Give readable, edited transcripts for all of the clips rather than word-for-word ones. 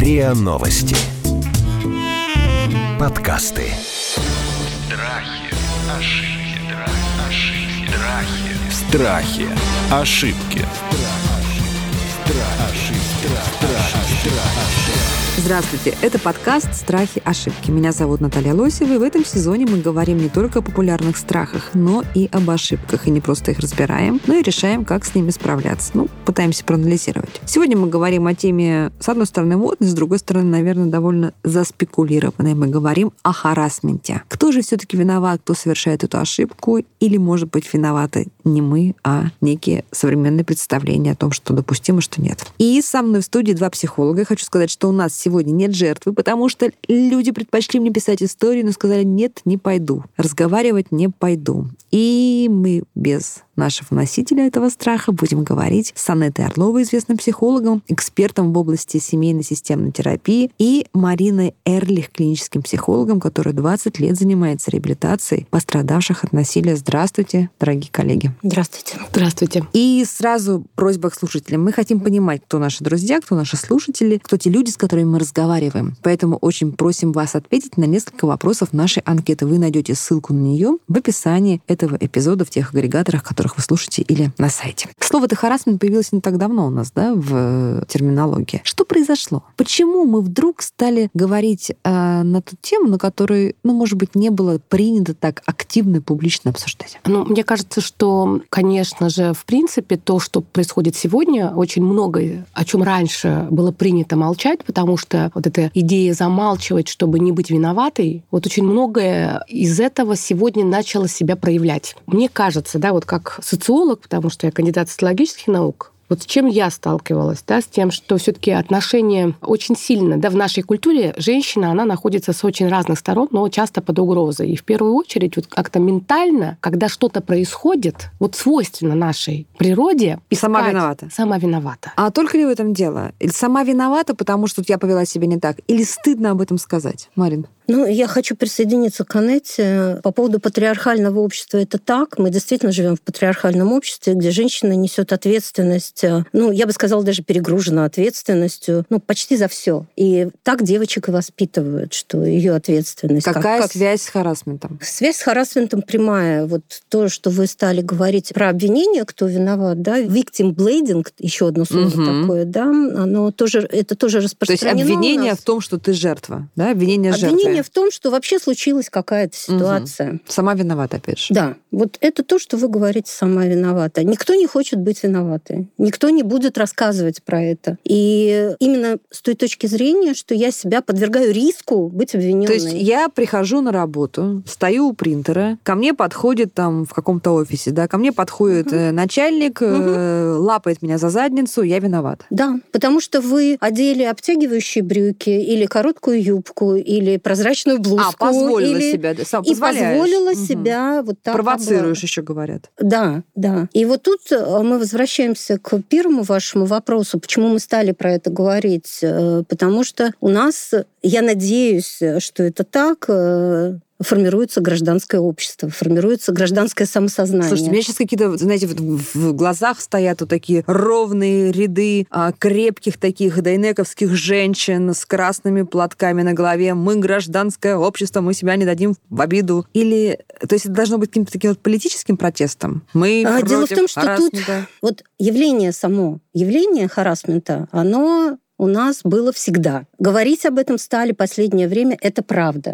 РИА Новости. Подкасты. Страхи. Ошибки. Здравствуйте, это подкаст «Страхи. Ошибки». Меня зовут Наталья Лосева, и в этом сезоне мы говорим не только о популярных страхах, но и об ошибках. И не просто их разбираем, но и решаем, как с ними справляться. Пытаемся проанализировать. Сегодня мы говорим о теме, с одной стороны, модной, с другой стороны, наверное, довольно заспекулированной. Мы говорим о харассменте. Кто же все-таки виноват, кто совершает эту ошибку? Или, может быть, виноваты не мы, а некие современные представления о том, что допустимо, что нет. И со мной в студии два психолога. Я хочу сказать, что у нас сегодня нет жертвы, потому что люди предпочли мне писать истории, но сказали: нет, не пойду, разговаривать не пойду. И мы без нашего носителя этого страха будем говорить с Анеттой Орловой, известным психологом, экспертом в области семейной системной терапии, и Мариной Эрлих, клиническим психологом, который 20 лет занимается реабилитацией пострадавших от насилия. Здравствуйте, дорогие коллеги. Здравствуйте. Здравствуйте. И сразу просьба к слушателям. Мы хотим понимать, кто наши друзья, кто наши слушатели, кто те люди, с которыми мы разговариваем. Поэтому очень просим вас ответить на несколько вопросов нашей анкеты. Вы найдете ссылку на нее в описании этого эпизода в тех агрегаторах, которых вы слушаете, или на сайте. Слово-то харассмент появилось не так давно у нас, в терминологии. Что произошло? Почему мы вдруг стали говорить на ту тему, на которой, может быть, не было принято так активно и публично обсуждать? Мне кажется, что, конечно же, в принципе, то, что происходит сегодня, очень многое, о чем раньше было принято молчать, потому что вот эта идея замалчивать, чтобы не быть виноватой, вот очень многое из этого сегодня начало себя проявлять. Мне кажется, как социолог, потому что я кандидат социологических наук, вот с чем я сталкивалась, с тем, что все-таки отношения очень сильно, в нашей культуре женщина, она находится с очень разных сторон, но часто под угрозой. И в первую очередь как-то ментально, когда что-то происходит, свойственно нашей природе, сама виновата. Сама виновата. А только ли в этом дело? Или сама виновата, потому что я повела себя не так? Или стыдно об этом сказать? Марин? Я хочу присоединиться к Анетте. По поводу патриархального общества это так. Мы действительно живем в патриархальном обществе, где женщина несет ответственность, я бы сказала, даже перегружена ответственностью, почти за все. И так девочек и воспитывают, что ее ответственность. Какая связь с харассментом? Связь с харассментом прямая. То, что вы стали говорить про обвинение, кто виноват, victim blaming, еще одно слово такое, это тоже распространено. То есть обвинение в том, что ты жертва, Обвинение жертвы. В том, что вообще случилась какая-то ситуация. Сама виновата, опять же. Да. Это то, что вы говорите, сама виновата. Никто не хочет быть виноватой. Никто не будет рассказывать про это. И именно с той точки зрения, что я себя подвергаю риску быть обвиненной. То есть я прихожу на работу, стою у принтера, ко мне подходит в каком-то офисе, ко мне подходит начальник, лапает меня за задницу, я виновата. Да, потому что вы одели обтягивающие брюки или короткую юбку, или прозрачную блузку. Позволила себя. Сам позволила себя вот так. Провоцируешь, еще говорят. Да. И тут мы возвращаемся к первому вашему вопросу, почему мы стали про это говорить. Потому что у нас, я надеюсь, что это так, формируется гражданское общество, формируется гражданское самосознание. Слушайте, у меня сейчас какие-то, в глазах стоят такие ровные ряды крепких таких дайнековских женщин с красными платками на голове. Мы гражданское общество, мы себя не дадим в обиду. Или, то есть это должно быть каким-то таким политическим протестом? Мы Дело в том, что харассмента. Тут явление харассмента, оно у нас было всегда. Говорить об этом стали последнее время, это правда.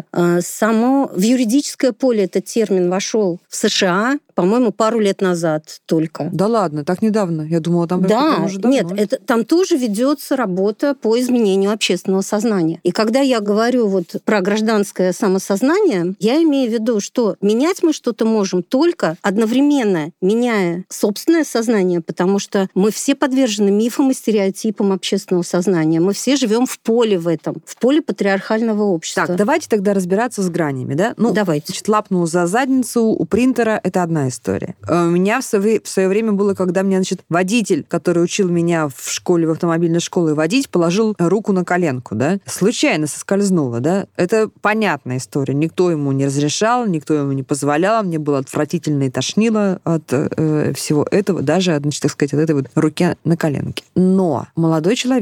В юридическое поле этот термин вошел в США, по-моему, пару лет назад только. Да ладно, так недавно. Я думала, там уже давно. Нет, там тоже ведется работа по изменению общественного сознания. И когда я говорю про гражданское самосознание, я имею в виду, что менять мы что-то можем только одновременно меняя собственное сознание, потому что мы все подвержены мифам и стереотипам общественного сознания. Мы все живем в поле в поле патриархального общества. Так, давайте тогда разбираться с гранями, Давайте. Лапнул за задницу у принтера, это одна история. У меня в свое время было, когда мне, водитель, который учил меня в школе, в автомобильной школе водить, положил руку на коленку, случайно соскользнуло, Это понятная история. Никто ему не разрешал, никто ему не позволял, мне было отвратительно и тошнило от всего этого, даже, от этой руки на коленке. Но молодой человек,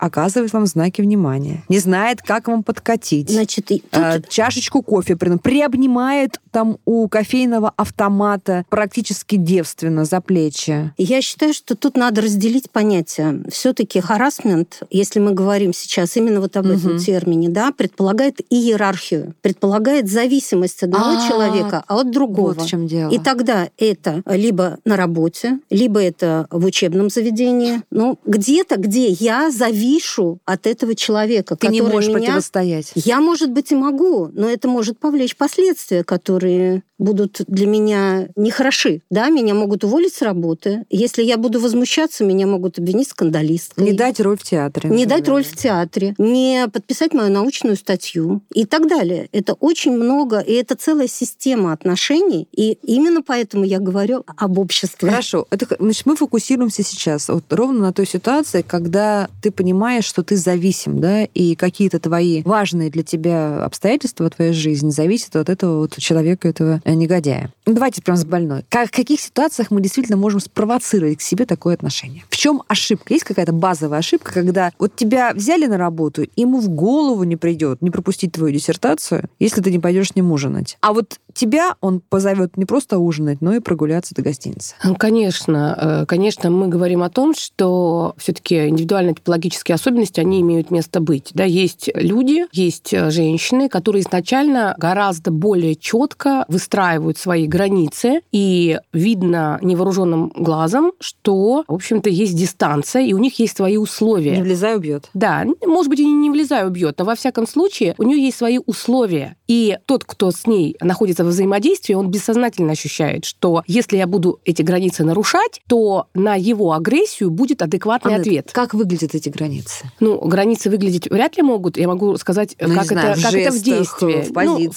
оказывает вам знаки внимания, не знает, как вам подкатить, Значит, чашечку кофе приобнимает там у кофейного автомата практически девственно за плечи. Я считаю, что тут надо разделить понятия. Все-таки харассмент, если мы говорим сейчас именно вот об этом термине, да, предполагает иерархию, предполагает зависимость одного человека от другого. Вот в чем дело. И тогда это либо на работе, либо это в учебном заведении, ну, где-то, где я завишу от этого человека, Ты не можешь меня... противостоять. Я, может быть, и могу, но это может повлечь последствия, которые будут для меня нехороши. Да, меня могут уволить с работы. Если я буду возмущаться, меня могут обвинить скандалисткой. Не дать роль в театре. Не дать роль в театре. Не подписать мою научную статью. И так далее. Это очень много, и это целая система отношений. И именно поэтому я говорю об обществе. Хорошо. Значит, мы фокусируемся сейчас вот ровно на той ситуации, когда ты понимаешь, что ты зависим, да, и какие-то твои важные для тебя обстоятельства в твоей жизни зависят от этого вот человека, этого негодяя. Давайте прям с больной. В каких ситуациях мы действительно можем спровоцировать к себе такое отношение? В чем ошибка? Есть какая-то базовая ошибка, когда вот тебя взяли на работу, и ему в голову не придет не пропустить твою диссертацию, если ты не пойдешь с ним ужинать. А вот тебя он позовет не просто ужинать, но и прогуляться до гостиницы. Конечно, мы говорим о том, что все-таки индивидуальные типологические особенности, они имеют место быть. Да, есть люди, есть женщины, которые изначально гораздо более четко выстраивают свои границы, и видно невооруженным глазом, что, в общем-то, есть дистанция, и у них есть свои условия. Не влезай, убьет. Да, может быть, и не влезай, убьет, но во всяком случае у нее есть свои условия. И тот, кто с ней находится во взаимодействии, он бессознательно ощущает, что если я буду эти границы нарушать, то на его агрессию будет адекватный ответ. Как выглядят эти границы? Ну, границы выглядеть вряд ли могут. Я могу сказать, как это в действии. В позиции,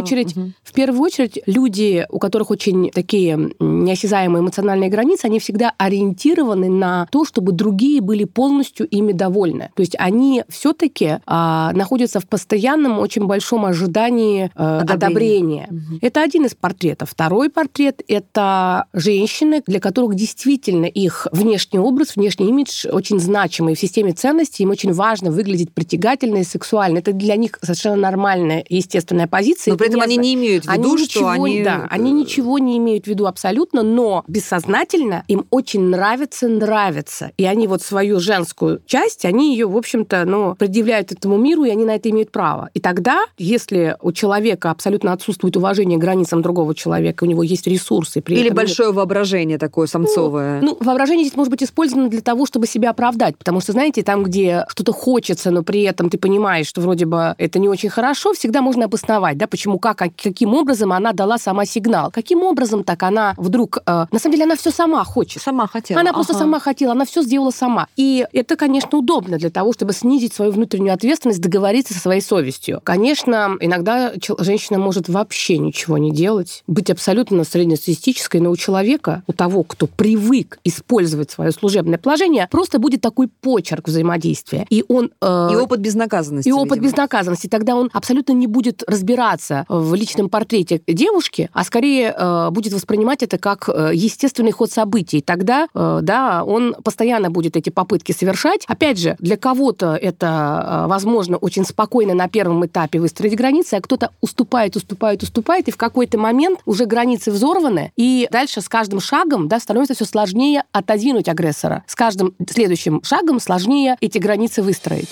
в первую очередь, люди, у которых очень такие неосязаемые эмоциональные границы, они всегда ориентированы на то, чтобы другие были полностью ими довольны. То есть они все-таки находятся в постоянном очень большом ожидании одобрения. Это один из портретов. Второй портрет — это женщины, для которых действительно их внешний образ, внешний имидж очень значимый. В системе ценностей им очень важно выглядеть притягательно и сексуально. Это для них совершенно нормальная и естественная позиция. Но при этом они не имеют в виду, что они... Да, они ничего не имеют в виду абсолютно, но бессознательно им очень нравится. И они вот свою женскую часть, они ее, в общем-то, предъявляют этому миру, и они на это имеют право. И тогда, если у человека абсолютно отсутствует уважение к границам другого человека, у него есть ресурсы... Или большое воображение такое самцовое. Воображение здесь может быть использовано для того, чтобы себя оправдать, потому что, знаете, там, где что-то хочется, но при этом ты понимаешь, что вроде бы это не очень хорошо, всегда можно обосновать, да, почему, каким образом она дала сама сигнал. Каким образом так она вдруг... на самом деле она все сама хочет. Сама хотела. Она просто сама хотела, она все сделала сама. И это, конечно, удобно для того, чтобы снизить свою внутреннюю ответственность, договориться со своей совестью. Конечно, иногда женщина может вообще ничего не делать, быть абсолютно среднестатистической, но у человека, у того, кто привык использовать свое служебное положение, просто будет такой почерк взаимодействия. И он... И опыт безнаказанности. И опыт безнаказанности. Тогда он абсолютно не будет разбираться в личном портрете девушки, а скорее будет воспринимать это как естественный ход событий. Тогда, да, он постоянно будет эти попытки совершать. Опять же, для кого-то это, возможно, очень спокойно на первом этапе выстроить границы, а кто-то уступает, и в какой-то момент уже границы взорваны, и дальше с каждым шагом, да, становится все сложнее отодвинуть агрессора. С каждым следующим шагом сложнее эти границы выстроить.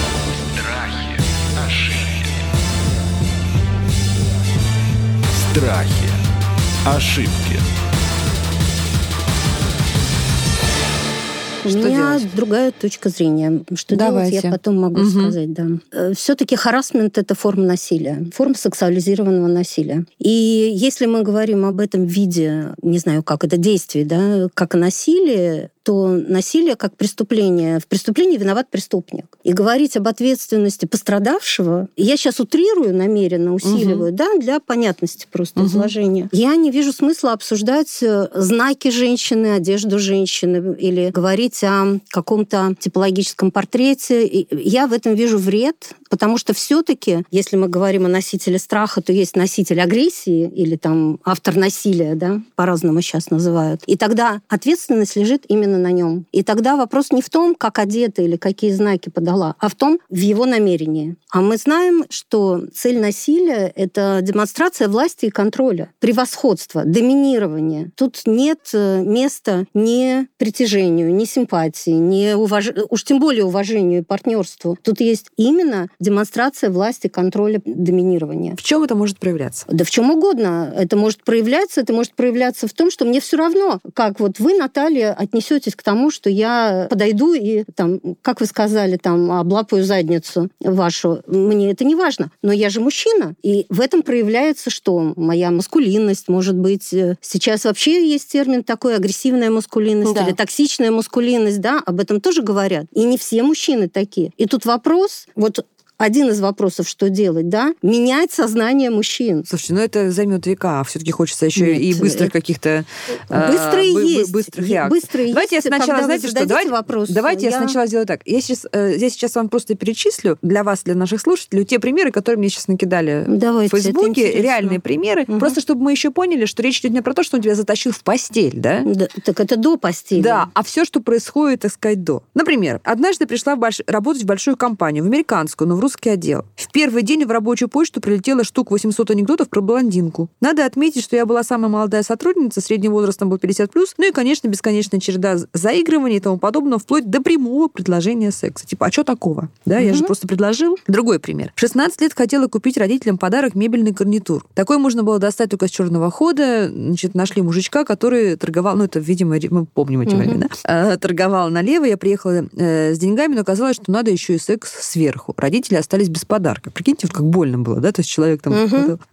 Страхи, ошибки. Страхи, ошибки. У меня другая точка зрения. Что делать, я потом могу сказать. Да. Все-таки харассмент — это форма насилия, форма сексуализированного насилия. И если мы говорим об этом виде, не знаю, как это действие, да, как о насилии, то насилие как преступление. В преступлении виноват преступник. И говорить об ответственности пострадавшего, я сейчас утрирую, намеренно усиливаю, да, для понятности просто изложения. Я не вижу смысла обсуждать знаки женщины, одежду женщины или говорить о каком-то типологическом портрете. Я в этом вижу вред, потому что все-таки, если мы говорим о носителе страха, то есть носитель агрессии или там автор насилия, да, по-разному сейчас называют. И тогда ответственность лежит именно намерена на нем. И тогда вопрос не в том, как одета или какие знаки подала, а в том, в его намерении. А мы знаем, что цель насилия — это демонстрация власти и контроля, превосходства, доминирования. Тут нет места ни притяжению, ни симпатии, ни уж тем более уважению и партнерству. Тут есть именно демонстрация власти, контроля, доминирования. В чем это может проявляться? Да в чем угодно. Это может проявляться в том, что мне все равно, как вот вы, Наталья, отнесетесь к тому, что я подойду и, там, как вы сказали, там, облапаю задницу вашу. Мне это не важно. Но я же мужчина. И в этом проявляется что? Моя маскулинность, может быть. Сейчас вообще есть термин такой агрессивная маскулинность или токсичная маскулинность, да, об этом тоже говорят. И не все мужчины такие. И тут вопрос, вот один из вопросов, что делать, да? Менять сознание мужчин. Слушайте, это займет века, а все-таки хочется еще и быстрых каких-то быстрых реакций. Давайте я сначала, знаете что, давайте я сначала сделаю так. Я сейчас вам просто перечислю для вас, для наших слушателей, те примеры, которые мне сейчас накидали в Фейсбуке, реальные примеры, просто чтобы мы еще поняли, что речь идет не про то, что он тебя затащил в постель, да? Так это до постели. Да, а все, что происходит, так сказать, до. Например, однажды пришла работать в большую компанию, в американскую, но в русский отдел. В первый день в рабочую почту прилетело штук 800 анекдотов про блондинку. Надо отметить, что я была самая молодая сотрудница, средним возрастом был 50+, ну и, конечно, бесконечная череда заигрываний и тому подобного, вплоть до прямого предложения секса. Типа, а что такого? Да, я же просто предложил. Другой пример. В 16 лет хотела купить родителям подарок мебельный гарнитур. Такой можно было достать только с черного хода. Значит, нашли мужичка, который торговал, это, видимо, мы помним эти времена, торговал налево. Я приехала с деньгами, но оказалось, что надо еще и секс сверху. Родители остались без подарка. Прикиньте, как больно было, да? То есть человек там...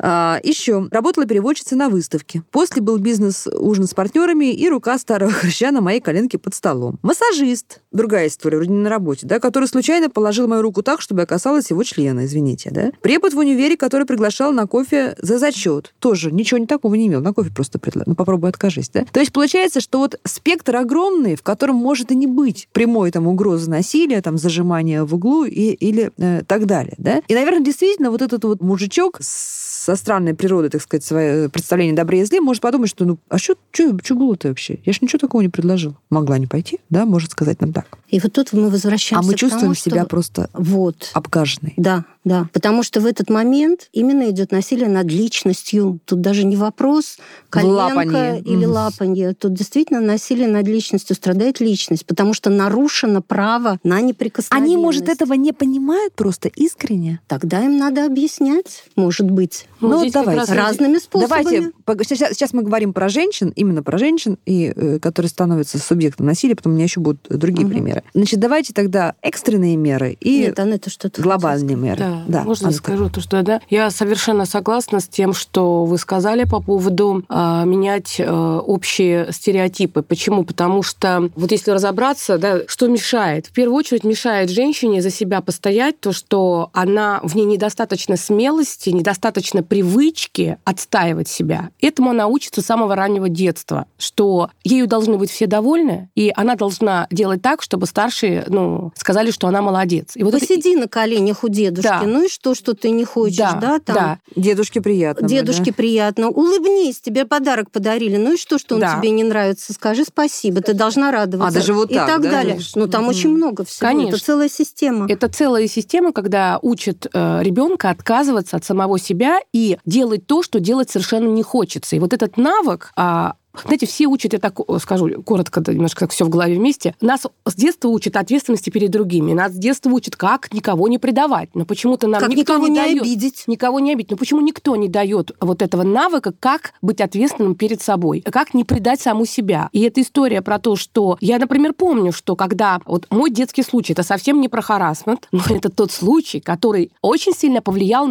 Еще работала переводчицей на выставке. После был бизнес-ужин с партнерами и рука старого хрыща на моей коленке под столом. Массажист. Другая история, вроде не на работе, да? Который случайно положил мою руку так, чтобы я касалась его члена, извините, да? Препод в универе, который приглашал на кофе за зачет. Тоже ничего такого не имел. На кофе просто предлагал. Попробуй откажись, да? То есть получается, что вот спектр огромный, в котором может и не быть прямой там угрозы насилия, там зажимания в углу или так далее, да? И, наверное, действительно, вот этот вот мужичок со странной природой, так сказать, свое представление о добре и зле, может подумать, что, что было-то вообще? Я ж ничего такого не предложила. Могла не пойти, да, может сказать нам так. И вот тут мы возвращаемся мы чувствуем себя просто обгаженной. Да. Потому что в этот момент именно идет насилие над личностью. Тут даже не вопрос коленка или лапанье. Тут действительно насилие над личностью. Страдает личность, потому что нарушено право на неприкосновенность. Они, может, этого не понимают просто искренне? Тогда им надо объяснять, может быть. Давайте. Разными способами. Сейчас мы говорим про женщин, именно про женщин, которые становятся субъектом насилия, потом у меня еще будут другие примеры. Значит, давайте тогда экстренные меры и глобальные меры. Да, можно скажу то, что я совершенно согласна с тем, что вы сказали по поводу менять общие стереотипы. Почему? Потому что вот если разобраться, что мешает? В первую очередь мешает женщине за себя постоять то, что в ней недостаточно смелости, недостаточно привычки отстаивать себя. Этому она учится с самого раннего детства, что ею должны быть все довольны, и она должна делать так, чтобы старшие сказали, что она молодец. И посиди на коленях у дедушки. Ну и что ты не хочешь, да? Дедушке приятно. Дедушке приятно. Улыбнись, тебе подарок подарили. Ну и что он тебе не нравится? Скажи спасибо, ты должна радоваться. Даже вот так, и так далее. Там очень много всего. Конечно. Это целая система. Это целая система, когда учат ребенка отказываться от самого себя и делать то, что делать совершенно не хочется. И вот этот навык... Знаете, все учат, я так скажу коротко, немножко все в голове вместе, нас с детства учат ответственности перед другими, нас с детства учат, как никого не предавать, но почему-то нам никто не дает... обидеть. Никого не обидеть. Но почему никто не дает вот этого навыка, как быть ответственным перед собой, как не предать саму себя. И эта история про то, что... Я, например, помню, что когда... Вот мой детский случай, это совсем не про харассмент, но это тот случай, который очень сильно повлиял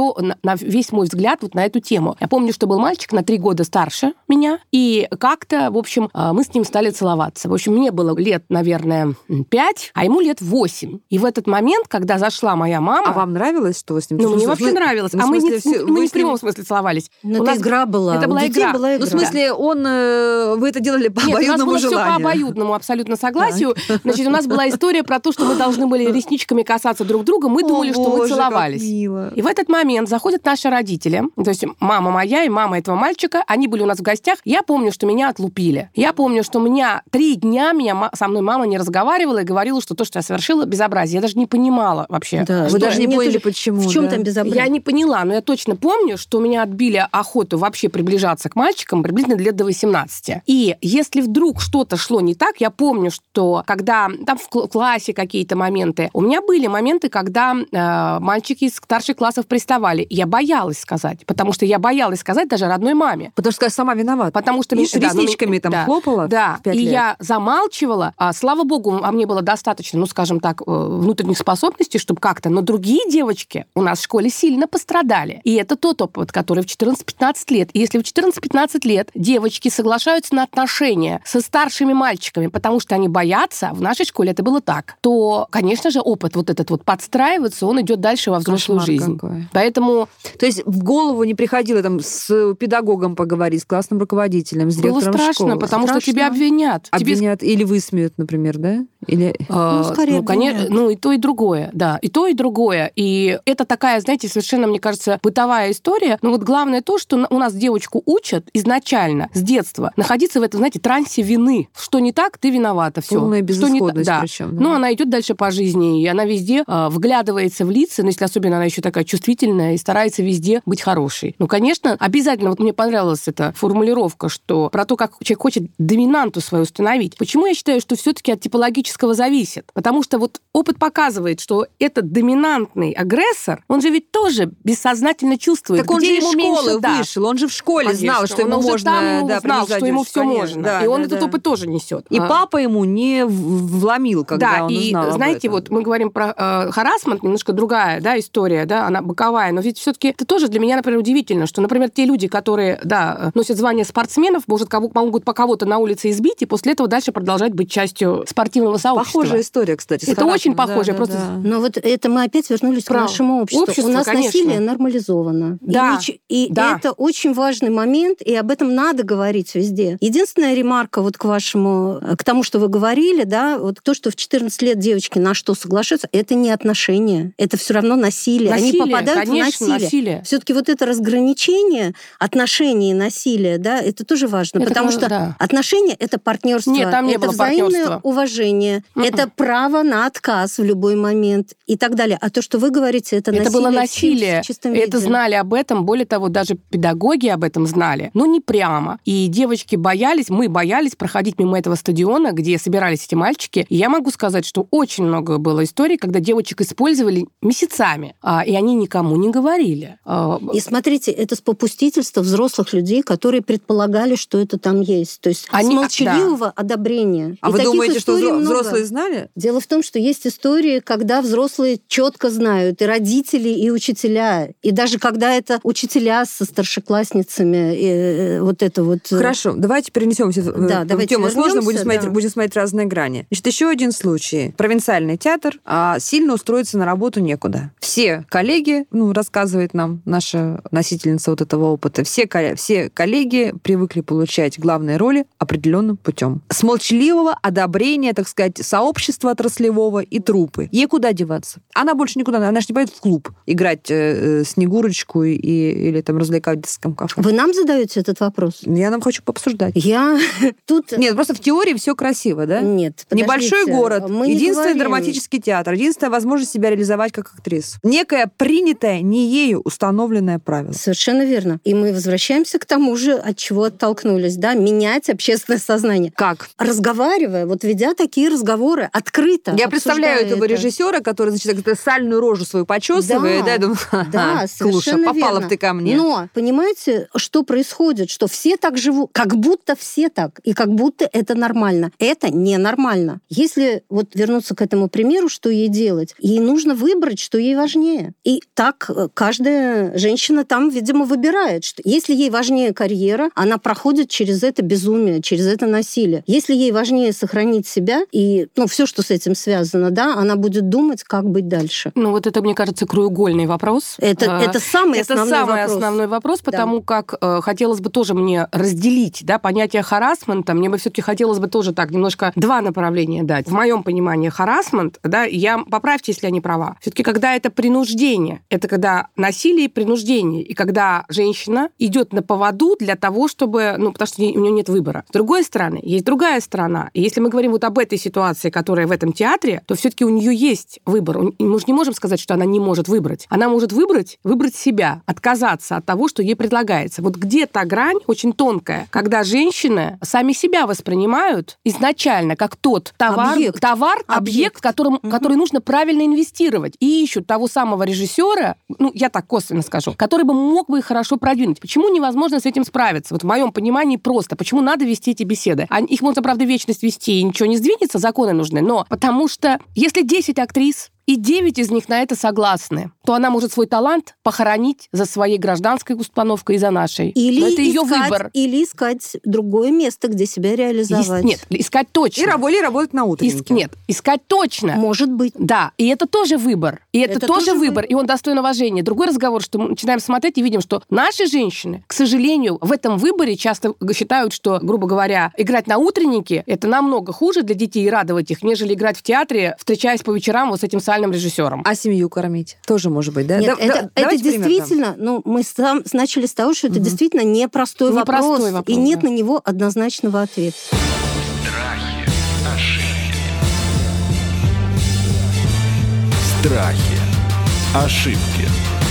на весь мой взгляд вот на эту тему. Я помню, что был мальчик на 3 года старше меня, и как-то, в общем, мы с ним стали целоваться. В общем, мне было лет, наверное, 5, а ему лет 8. И в этот момент, когда зашла моя мама... А вам нравилось, что вы с ним... мне вообще нравилось. Мы не в прямом смысле целовались. Но это игра была. Это была игра. В смысле, вы это делали по обоюдному желанию? Нет, у нас было все по обоюдному абсолютно согласию. Значит, у нас была история про то, что мы должны были ресничками касаться друг друга. Мы думали, что мы целовались. И в этот момент заходят наши родители, то есть мама моя и мама этого мальчика. Они были у нас в гостях. Я помню, помню, что меня отлупили. Я помню, что у меня 3 дня со мной мама не разговаривала и говорила, что то, что я совершила, безобразие. Я даже не понимала вообще. Да, вы даже не поняли, почему. В чем там безобразие? Я не поняла, но я точно помню, что у меня отбили охоту вообще приближаться к мальчикам приблизительно лет до 18. И если вдруг что-то шло не так, я помню, что когда там в классе какие-то моменты, у меня были моменты, когда мальчики из старших классов приставали. Я боялась сказать, потому что я боялась сказать даже родной маме. Потому что сама виновата. Потому что ресничками хлопала. Да, и я замалчивала. Слава богу, а мне было достаточно, ну, скажем так, внутренних способностей, чтобы как-то... Но другие девочки у нас в школе сильно пострадали. И это тот опыт, который в 14-15 лет. И если в 14-15 лет девочки соглашаются на отношения со старшими мальчиками, потому что они боятся, в нашей школе это было так, то, конечно же, опыт вот этот вот подстраивается, он идет дальше во взрослую жизнь. Какой. Поэтому... То есть в голову не приходило там с педагогом поговорить, с классным руководителем, с директором школы? Было страшно, школы? потому что тебя обвинят. Обвинят или высмеют, например, да? Или... скорее конечно, и то, и другое, да. И то, и другое. И это такая, знаете, совершенно, мне кажется, бытовая история. Но вот главное то, что у нас девочку учат изначально, с детства, находиться в этом, знаете, трансе вины. Что не так, ты виновата. Все. Полная безысходность причем. Да. Но она идет дальше по жизни, и она везде вглядывается в лица, но если особенно она еще такая чувствительная, и старается везде быть хорошей. Ну, конечно, обязательно, вот мне понравилась эта формулировка, что про то, как человек хочет доминанту свою установить. Почему я считаю, что все-таки от типологического зависит? Потому что вот опыт показывает, что этот доминантный агрессор, он же ведь тоже бессознательно чувствует, так он где же из ему школы меньше, вышел, он же в школе конечно, знал, что ему он можно... Там знал, что ему все можно. Да, и он этот опыт тоже несет. И папа ему не вломил, когда он узнал об знаете, этом. вот мы говорим про харассмент, немножко другая, да, история, да, она боковая, но ведь все-таки это тоже для меня, например, удивительно, что, например, те люди, которые, да, носят звание спортсменов, могут по кого-то на улице избить, и после этого дальше продолжать быть частью спортивного сообщества. Похожая история, кстати. Это очень похоже, просто... Да. Но вот это мы опять вернулись к нашему обществу. У нас конечно. насилие нормализовано. Да. И это очень важный момент, и об этом надо говорить везде. Единственная ремарка вот к тому, что вы говорили, да, вот то, что в 14 лет девочки на что соглашаются, это не отношения, это все равно насилие. Они попадают конечно, в насилие. Все-таки вот это разграничение отношений и насилия, да, это тоже важно, это потому что отношения — это партнерство, Нет, там не это было взаимное уважение, это право на отказ в любой момент и так далее. А то, что вы говорите, это насилие. Это было насилие. В чистом виде. Это знали об этом, более того, даже педагоги об этом знали, но не прямо. И девочки мы боялись проходить мимо этого стадиона, где собирались эти мальчики. И я могу сказать, что очень много было историй, когда девочек использовали месяцами, и они никому не говорили. И смотрите, это с попустительства взрослых людей, которые предполагали, что это там есть. То есть с молчаливого одобрения. А вы думаете, что взрослые знали? Дело в том, что есть истории, когда взрослые четко знают, и родители, и учителя. И даже когда это учителя со старшеклассницами, и вот это вот... Хорошо, давайте перенесемся в тему сложно, будем смотреть разные грани. Значит, еще один случай. Провинциальный театр, сильно устроиться на работу некуда. Все коллеги, рассказывает нам наша носительница вот этого опыта, все коллеги привыкли получать главные роли определенным путем. С молчаливого одобрения, так сказать, сообщества отраслевого и труппы. Ей куда деваться? Она больше никуда, она же не пойдет в клуб играть Снегурочку или там развлекать в детском кафе. Вы нам задаете этот вопрос? Я нам хочу пообсуждать. Тут... Нет, просто в теории все красиво, да? Нет, подождите. Небольшой город, единственный драматический театр, единственная возможность себя реализовать как актрису. Некое принятое, не ею установленное правило. Совершенно верно. И мы возвращаемся к тому же, от чего оттолкнулись, да, менять общественное сознание. Как? Разговаривая, вот ведя такие разговоры открыто. Я представляю этого режиссера, который, значит, сальную рожу свою почесывает, да, думаю, Клуша, попала ты ко мне. Но, понимаете, что происходит? Что все так живут, как будто все так, и как будто это нормально. Это ненормально. Если вот вернуться к этому примеру, что ей делать? Ей нужно выбрать, что ей важнее. И так каждая женщина там, видимо, выбирает, что если ей важнее карьера, она проходит через это безумие, через это насилие. Если ей важнее сохранить себя и, все, что с этим связано, да, она будет думать, как быть дальше. Вот это, мне кажется, краеугольный вопрос. Это самый основной вопрос, потому как хотелось бы тоже мне разделить, да, понятие харассмента. Мне бы все-таки хотелось бы тоже так немножко два направления дать. В моем понимании харассмент, да, поправьте, если я не права. Все-таки когда это принуждение, это когда насилие и принуждение, и когда женщина идет на поводу для того, чтобы потому что у нее нет выбора. С другой стороны, есть другая сторона. И если мы говорим вот об этой ситуации, которая в этом театре, то все-таки у нее есть выбор. Мы же не можем сказать, что она не может выбрать. Она может выбрать себя, отказаться от того, что ей предлагается. Вот где та грань очень тонкая, когда женщины сами себя воспринимают изначально как тот объект, который нужно правильно инвестировать. И ищут того самого режиссера, я так косвенно скажу, который бы мог бы их хорошо продвинуть. Почему невозможно с этим справиться? Вот в моем понимании просто. Почему надо вести эти беседы? Их можно, правда, вечность вести, и ничего не сдвинется, законы нужны. Но потому что если 10 актрис, и 9 из них на это согласны, то она может свой талант похоронить за своей гражданской установкой и за нашей. Это ее выбор. Или искать другое место, где себя реализовать. Нет, искать точно. И работать на утреннике. Искать точно. Может быть. Да, и это тоже выбор. И это тоже выбор, и он достоин уважения. Другой разговор, что мы начинаем смотреть и видим, что наши женщины, к сожалению, в этом выборе часто считают, что, грубо говоря, играть на утреннике — это намного хуже для детей и радовать их, нежели играть в театре, встречаясь по вечерам вот с этим режиссером. А семью кормить? Тоже может быть, да? Нет, это действительно, мы начали с того, что это действительно непростой вопрос, и нет на него однозначного ответа. Страхи, ошибки. Страхи, ошибки.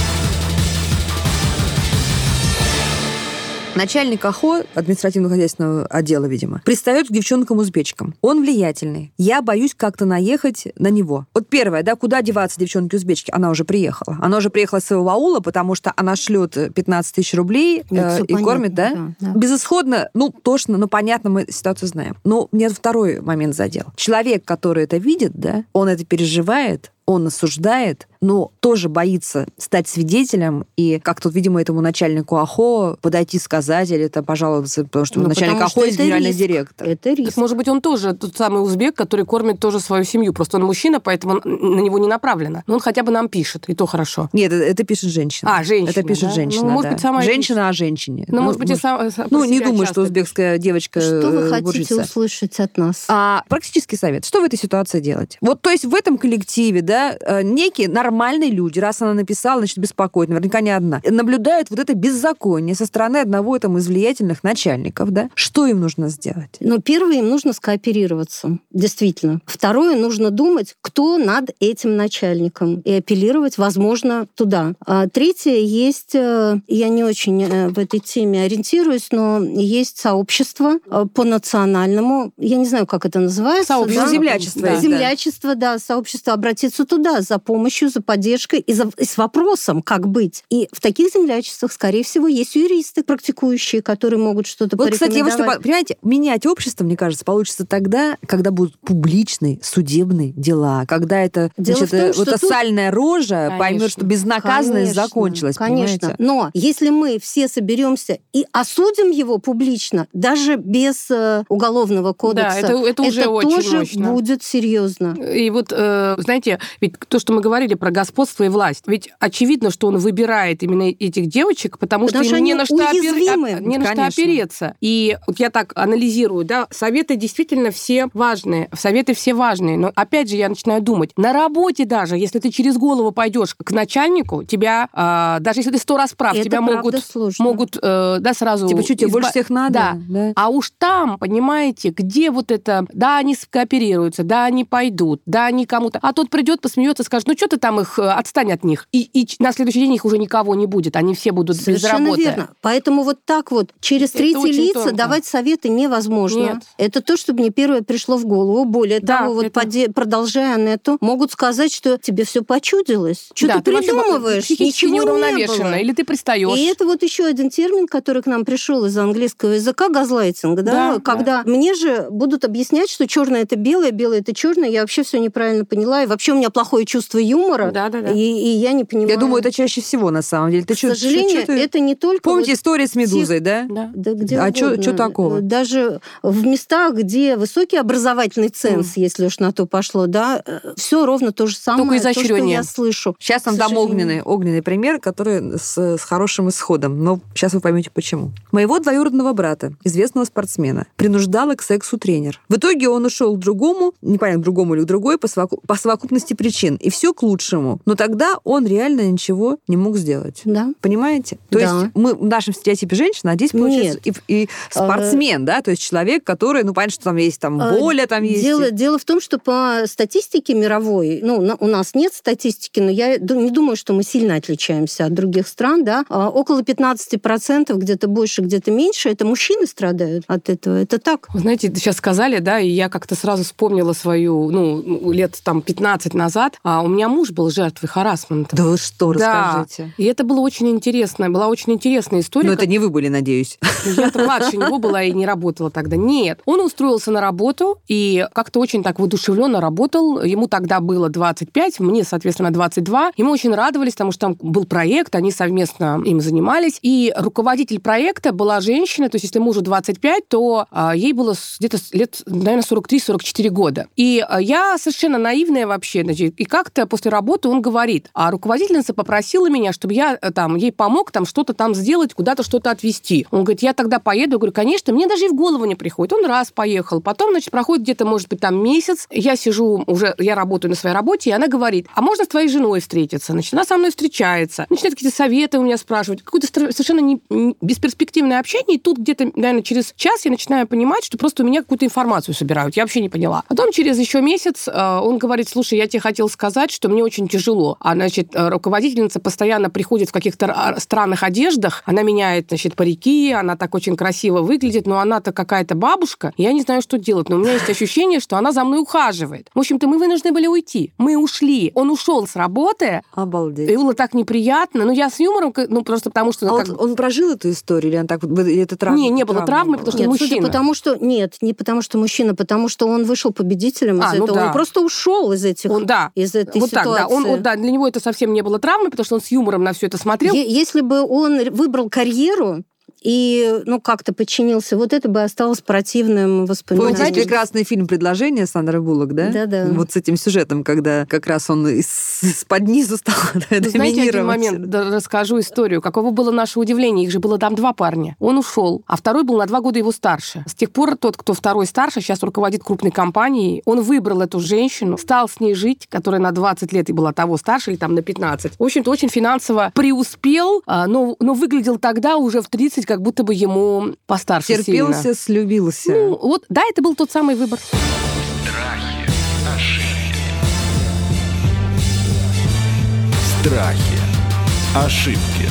Начальник АХО, административно-хозяйственного отдела, видимо, пристает к девчонкам-узбечкам. Он влиятельный. Я боюсь как-то наехать на него. Вот первое, куда деваться девчонки-узбечки? Она уже приехала. Она уже приехала из своего аула, потому что она шлет 15 тысяч рублей и понятно, кормит, да? Безысходно, тошно, понятно, мы ситуацию знаем. Но мне второй момент задел. Человек, который это видит, да, он это переживает, он осуждает, но тоже боится стать свидетелем и, как тут, видимо, этому начальнику АХО подойти сказать или пожаловаться, потому что начальник АХО есть генеральный директор. Это риск. Так, может быть, он тоже тот самый узбек, который кормит тоже свою семью. Просто он мужчина, поэтому на него не направлено. Но он хотя бы нам пишет, и то хорошо. Нет, это пишет женщина. Женщина. Это пишет женщина, может быть, сама женщина о женщине. Может быть, и сама не думаю, что узбекская девочка Что вы хотите буржится. услышать от нас? Практический совет. Что в этой ситуации делать? Вот, то есть в этом коллективе, да, некие нормальные люди, раз она написала, значит, беспокоит, наверняка не одна, наблюдают вот это беззаконие со стороны одного из влиятельных начальников, да? Что им нужно сделать? Первое, им нужно скооперироваться, действительно. Второе, нужно думать, кто над этим начальником, и апеллировать, возможно, туда. Третье, есть, я не очень в этой теме ориентируюсь, но есть сообщество по национальному, я не знаю, как это называется. Сообщество, землячество. Да. Землячество, да, сообщество, обратиться туда за помощью, за поддержкой и с вопросом, как быть. И в таких землячествах, скорее всего, есть юристы, практикующие, которые могут что-то порекомендовать. Кстати, понимаете, менять общество, мне кажется, получится тогда, когда будут публичные судебные дела, когда это, сальная рожа поймет, что безнаказанность закончилась. Конечно. Понимаете? Но если мы все соберемся и осудим его публично, даже без уголовного кодекса, это уже очень тоже мощно. Будет серьезно. И вот, знаете, ведь то, что мы говорили про господство и власть, ведь очевидно, что он выбирает именно этих девочек, потому что им не на что опереться. И вот я так анализирую, да, советы действительно все важные, но опять же я начинаю думать, на работе даже, если ты через голову пойдешь к начальнику, тебя, даже если ты 100 раз прав, это тебя могут сразу... что тебе больше всех надо? Да. А уж там, понимаете, где вот это, да, они скооперируются, да, они пойдут, да, они кому-то... А тот придет, посмеется, скажет, что ты там их, отстань от них. И на следующий день их уже никого не будет, они все будут без работы. Совершенно верно. Поэтому вот так вот через третьи лица давать советы невозможно. Нет. Это то, что мне первое пришло в голову. Более того, продолжая Анетту, могут сказать, что тебе все почудилось. Что ты придумываешь? Психически неуравновешенно. Или ты пристаешь. И это вот еще один термин, который к нам пришел из английского языка, газлайтинг, да? Когда мне же будут объяснять, что черное это белое, белое это черное, я вообще все неправильно поняла, и вообще у меня плохое чувство юмора, и я не понимаю. Я думаю, это чаще всего на самом деле. К сожалению, это не только... Помните историю с Медузой, да? Где что такого? Даже в местах, где высокий образовательный ценз, если уж на то пошло, да, все ровно то же самое, только изощрение. То, что я слышу. Сейчас нам дам огненный пример, который с хорошим исходом, но сейчас вы поймете, почему. Моего двоюродного брата, известного спортсмена, принуждала к сексу тренер. В итоге он ушел к другому, непонятно, к другому или к другой, по совокупности причин. И все к лучшему. по-хорошему, но тогда он реально ничего не мог сделать. Да. Понимаете? То есть мы в нашем стереотипе женщина, а здесь получается и спортсмен, да, то есть человек, который, понятно, что там есть воля, там есть... Дело в том, что по статистике мировой, у нас нет статистики, но я не думаю, что мы сильно отличаемся от других стран, да, около 15%, где-то больше, где-то меньше, это мужчины страдают от этого, это так. Вы знаете, сейчас сказали, да, и я как-то сразу вспомнила свою, лет 15 назад, у меня муж был жертвой харассмента. Да вы что, расскажите. И это было очень интересно, была очень интересная история. Но это не вы были, надеюсь. Я-то младше него была и не работала тогда. Нет. Он устроился на работу и как-то очень так воодушевленно работал. Ему тогда было 25, мне, соответственно, 22. И мы очень радовались, потому что там был проект, они совместно им занимались. И руководитель проекта была женщина, то есть если мужу 25, то ей было где-то лет, наверное, 43-44 года. И я совершенно наивная вообще. Значит, и как-то после работы он говорит, а руководительница попросила меня, чтобы я ей помог что-то там сделать, куда-то что-то отвезти. Он говорит, я тогда поеду. Я говорю, конечно, мне даже и в голову не приходит. Он раз поехал, потом, проходит где-то, может быть, месяц. Я сижу уже, я работаю на своей работе, и она говорит, а можно с твоей женой встретиться? Значит, она со мной встречается. Начинает какие-то советы у меня спрашивать. Какое-то совершенно бесперспективное общение. И тут где-то, наверное, через час я начинаю понимать, что просто у меня какую-то информацию собирают. Я вообще не поняла. Потом через еще месяц он говорит, слушай, я тебе хотел сказать, что мне очень тяжело. А, руководительница постоянно приходит в каких-то странных одеждах, она меняет, парики, она так очень красиво выглядит, но она-то какая-то бабушка, я не знаю, что делать, но у меня есть ощущение, что она за мной ухаживает. В общем-то, мы вынуждены были уйти. Мы ушли. Он ушел с работы. Обалдеть. И было так неприятно. Я с юмором, просто потому что... Он прожил эту историю, или он так или это травма? Не было травмы, потому что мужчина. Не потому что мужчина, потому что он вышел победителем из этого. Да. Он просто ушел из этой ситуации. Для него это совсем не было травмы, потому что он с юмором на все это смотрел. Если бы он выбрал карьеру и, как-то подчинился, вот это бы осталось противным воспоминанием. Помните прекрасный фильм «Предложение» Сандра Буллок, да? Да. Вот с этим сюжетом, когда как раз он из-под низу стал доминировать. Знаете, один момент, расскажу историю. Каково было наше удивление. Их же было там 2 парня. Он ушел, а второй был на 2 года его старше. С тех пор тот, кто второй старше, сейчас руководит крупной компанией, он выбрал эту женщину, стал с ней жить, которая на 20 лет и была того старше, или на 15. В общем-то, очень финансово преуспел, но выглядел тогда уже в 30, как будто бы ему постарше терпелся, сильно. слюбился. Это был тот самый выбор. Страхи, ошибки. Страхи, ошибки.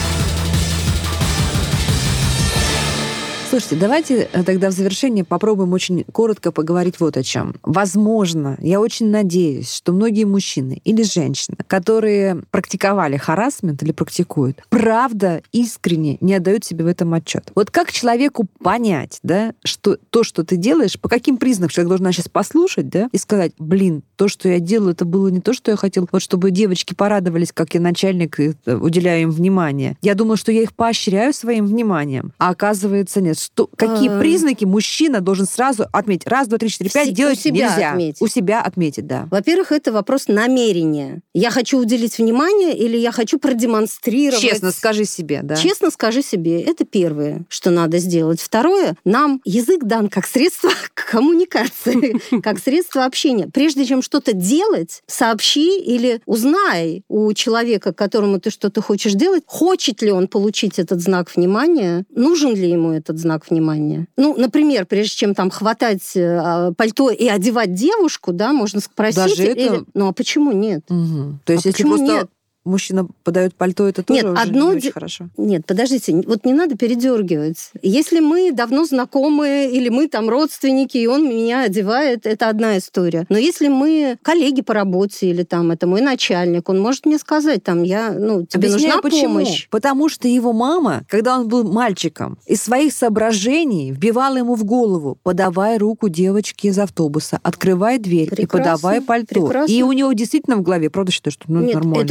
Слушайте, давайте тогда в завершение попробуем очень коротко поговорить вот о чем. Возможно, я очень надеюсь, что многие мужчины или женщины, которые практиковали харассмент или практикуют, правда, искренне не отдают себе в этом отчет. Вот как человеку понять, да, что то, что ты делаешь, по каким признакам человек должен сейчас послушать, да, и сказать, то, что я делаю, это было не то, что я хотел, чтобы девочки порадовались, как я начальник, и уделяю им внимание. Я думала, что я их поощряю своим вниманием, а оказывается нет. Какие признаки мужчина должен сразу отметить? 1, 2, 3, 4, 5 делать нельзя. У себя отметить, да. Во-первых, это вопрос намерения. Я хочу уделить внимание или я хочу продемонстрировать... Честно скажи себе, да. Честно скажи себе. Это первое, что надо сделать. Второе, нам язык дан как средство коммуникации, как средство общения. Прежде чем что-то делать, сообщи или узнай у человека, которому ты что-то хочешь делать, хочет ли он получить этот знак внимания, нужен ли ему этот знак внимания. Например, прежде чем хватать пальто и одевать девушку, да, можно спросить... Даже это... а почему нет? Угу. То есть если просто... Нет? Мужчина подает пальто, это тоже уже не очень хорошо. Нет, подождите, не надо передергивать. Если мы давно знакомы, или мы родственники, и он меня одевает, это одна история. Но если мы коллеги по работе, или это мой начальник, он может мне сказать, тебе нужна помощь. Потому что его мама, когда он был мальчиком, из своих соображений вбивала ему в голову: подавай руку девочке из автобуса, открывай дверь и подавай пальто. Прекрасно. И у него действительно в голове, правда, считаю, что Нет, нормально. это прекрасно.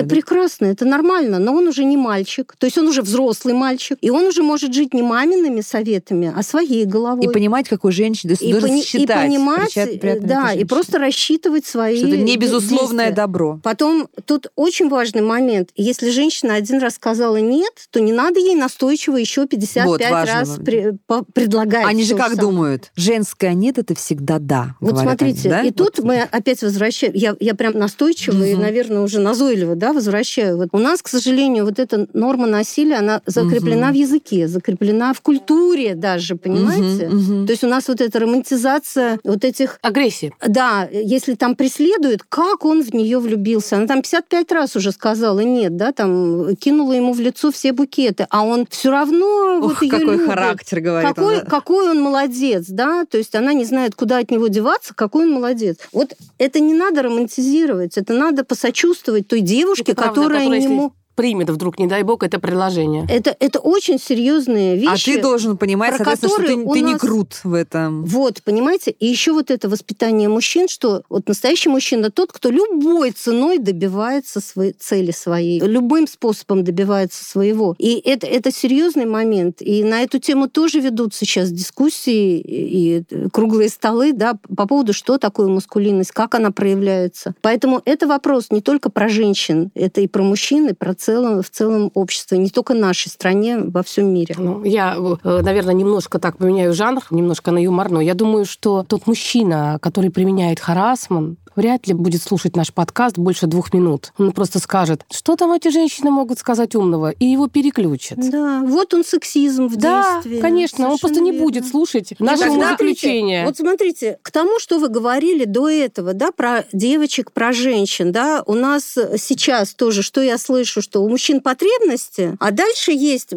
прекрасно, это нормально, но он уже не мальчик, то есть он уже взрослый мальчик, и он уже может жить не мамиными советами, а своей головой. И понимать, какой женщине должен считать. И понимать, да, и просто рассчитывать свои что это не безусловное действия. Добро. Потом тут очень важный момент. Если женщина один раз сказала нет, то не надо ей настойчиво еще 55 раз предлагать. Они же как думают? Женское нет, это всегда да. Вот смотрите, они, да? и тут мы опять возвращаем. Я прям настойчиво и, наверное, уже назойливо возвращаю. Вот у нас, к сожалению, вот эта норма насилия, она закреплена в языке, закреплена в культуре даже, понимаете? То есть у нас вот эта романтизация вот этих... Агрессии. Да, если там преследует, как он в нее влюбился. Она там 55 раз уже сказала нет, да, там кинула ему в лицо все букеты, а он все равно вот ее какой любит. характер, говорит какой он молодец, да, то есть она не знает, куда от него деваться, какой он молодец. Вот это не надо романтизировать, это надо посочувствовать той девушке, которая ему... примет вдруг, не дай бог, это предложение. Это очень серьезные вещи. А ты должен понимать, соответственно, что ты не крут в этом. Вот, понимаете? И еще вот это воспитание мужчин, что вот настоящий мужчина тот, кто любой ценой добивается своей цели своей, любым способом добивается своего. И это серьезный момент. И на эту тему тоже ведутся сейчас дискуссии и круглые столы, да, по поводу, что такое маскулинность, как она проявляется. Поэтому это вопрос не только про женщин, это и про мужчин, и про в целом обществе, не только в нашей стране, во всем мире. Я, наверное, немножко так поменяю жанр, немножко на юморной. Я думаю, что тот мужчина, который применяет харассмент, вряд ли будет слушать наш подкаст больше 2 минут. Он просто скажет, что там эти женщины могут сказать умного, и его переключат. Да, вот он сексизм в действии. Да, конечно, совершенно он просто не будет слушать наши умозаключения. Вот смотрите, к тому, что вы говорили до этого, да, про девочек, про женщин, да, у нас сейчас тоже, что я слышу, что у мужчин потребности, а дальше есть,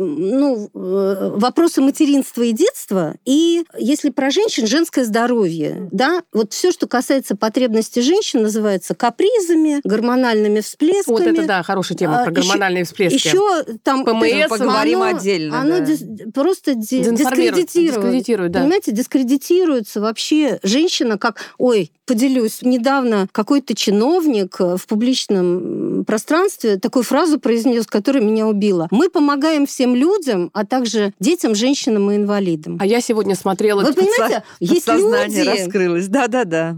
вопросы материнства и детства, и если про женщин, женское здоровье, да, вот все, что касается потребностей женщин, называется капризами, гормональными всплесками. Вот это, да, хорошая тема про гормональные всплески. Еще там... ПМС, поговорим отдельно. Оно просто дискредитирует. Да. Понимаете, дискредитируется вообще женщина как... Поделюсь, недавно какой-то чиновник в публичном пространстве такую фразу произнес, которая меня убила. Мы помогаем всем людям, а также детям, женщинам и инвалидам. А я сегодня смотрела... Вы понимаете, есть сознание люди... раскрылось. Да.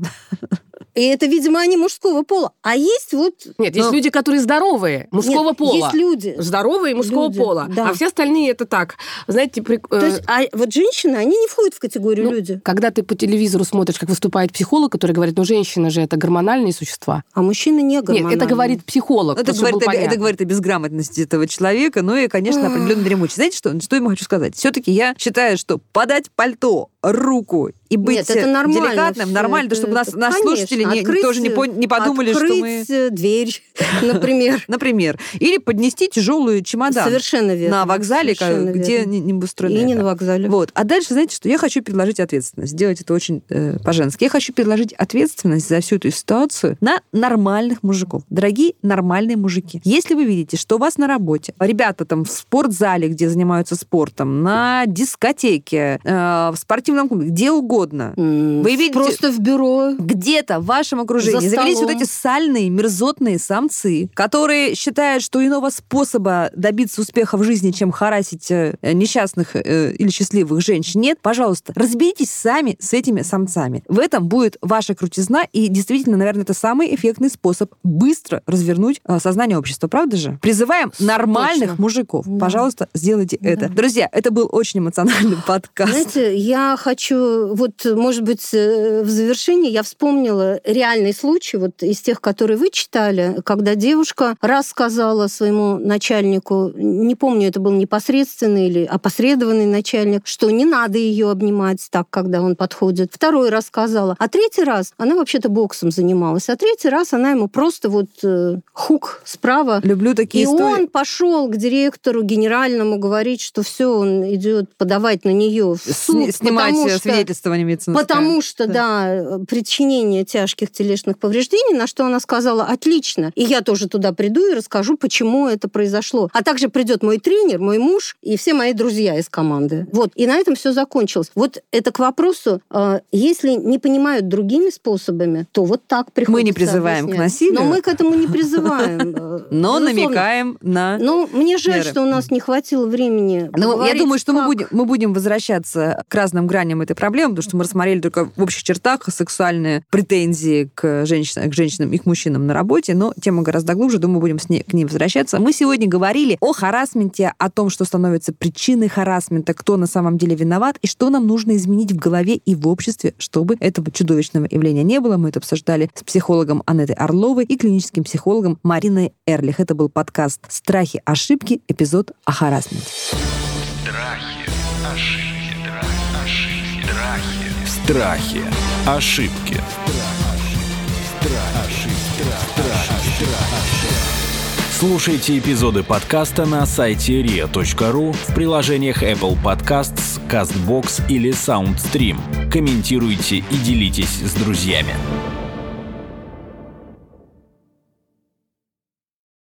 И это, видимо, они мужского пола. А есть вот... Нет, есть люди, которые здоровые, мужского пола. Есть люди. Здоровые мужского пола. Да. А все остальные это так. Знаете... То есть, вот женщины, они не входят в категорию люди. Когда ты по телевизору смотришь, как выступает психолог, который говорит, женщины же это гормональные существа. А мужчины не гормональные. Нет, это говорит психолог. Это говорит о безграмотности этого человека, и, конечно, определенно дремучесть. Знаете, что я ему хочу сказать? Все-таки я считаю, что подать пальто, руку и быть деликатным, нормально, чтобы нас слушатели тоже не подумали, что мы... Открыть дверь, например. Например. Или поднести тяжелый чемодан. Совершенно верно. На вокзале, где не быстро. И не на вокзале. Вот. А дальше, знаете что? Я хочу предложить ответственность. Сделать это очень по-женски. Я хочу предложить ответственность за всю эту ситуацию на нормальных мужиков. Дорогие нормальные мужики. Если вы видите, что у вас на работе ребята там в спортзале, где занимаются спортом, на дискотеке, в спортивном клубе, где угодно. Вы видите... Просто в бюро. Где-то в вашем окружении завелись вот эти сальные, мерзотные самцы, которые считают, что иного способа добиться успеха в жизни, чем харасить несчастных или счастливых женщин, нет. Пожалуйста, разберитесь сами с этими самцами. В этом будет ваша крутизна, и действительно, наверное, это самый эффектный способ быстро развернуть сознание общества. Правда же? Призываем нормальных мужиков. Да. Пожалуйста, сделайте это. Друзья, это был очень эмоциональный подкаст. Знаете, я хочу, может быть, в завершении я вспомнила реальный случай, из тех, которые вы читали, когда девушка раз сказала своему начальнику, не помню, это был непосредственный или опосредованный начальник, что не надо ее обнимать так, когда он подходит. Второй раз сказала. А третий раз она вообще-то боксом занималась. А третий раз она ему просто хук справа. Люблю такие истории. И он пошел к директору генеральному говорить, что все, он идет подавать на нее в суд. Снимать свидетельствование медицинское. Потому что, да, причинение тяжких телесных повреждений, на что она сказала, отлично. И я тоже туда приду и расскажу, почему это произошло. А также придет мой тренер, мой муж и все мои друзья из команды. Вот. И на этом все закончилось. Вот это к вопросу, если не понимают другими способами, то вот так приходится Мы не призываем объяснять. к насилию. Но мы к этому не призываем. Но намекаем на... Ну, мне жаль, меры. что у нас не хватило времени. Ну, я думаю, что мы будем возвращаться к разным граням этой проблемы, потому что мы рассмотрели только в общих чертах сексуальные претензии к женщинам и к мужчинам на работе, но тема гораздо глубже, думаю, будем к ней возвращаться. Мы сегодня говорили о харассменте, о том, что становится причиной харассмента, кто на самом деле виноват и что нам нужно изменить в голове и в обществе, чтобы этого чудовищного явления не было. Мы это обсуждали с психологом Анетой Орловой и клиническим психологом Мариной Эрлих. Это был подкаст «Страхи, ошибки», эпизод о харассменте. Страхи, ошибки. Слушайте эпизоды подкаста на сайте ria.ru, в приложениях Apple Podcasts, CastBox или SoundStream. Комментируйте и делитесь с друзьями.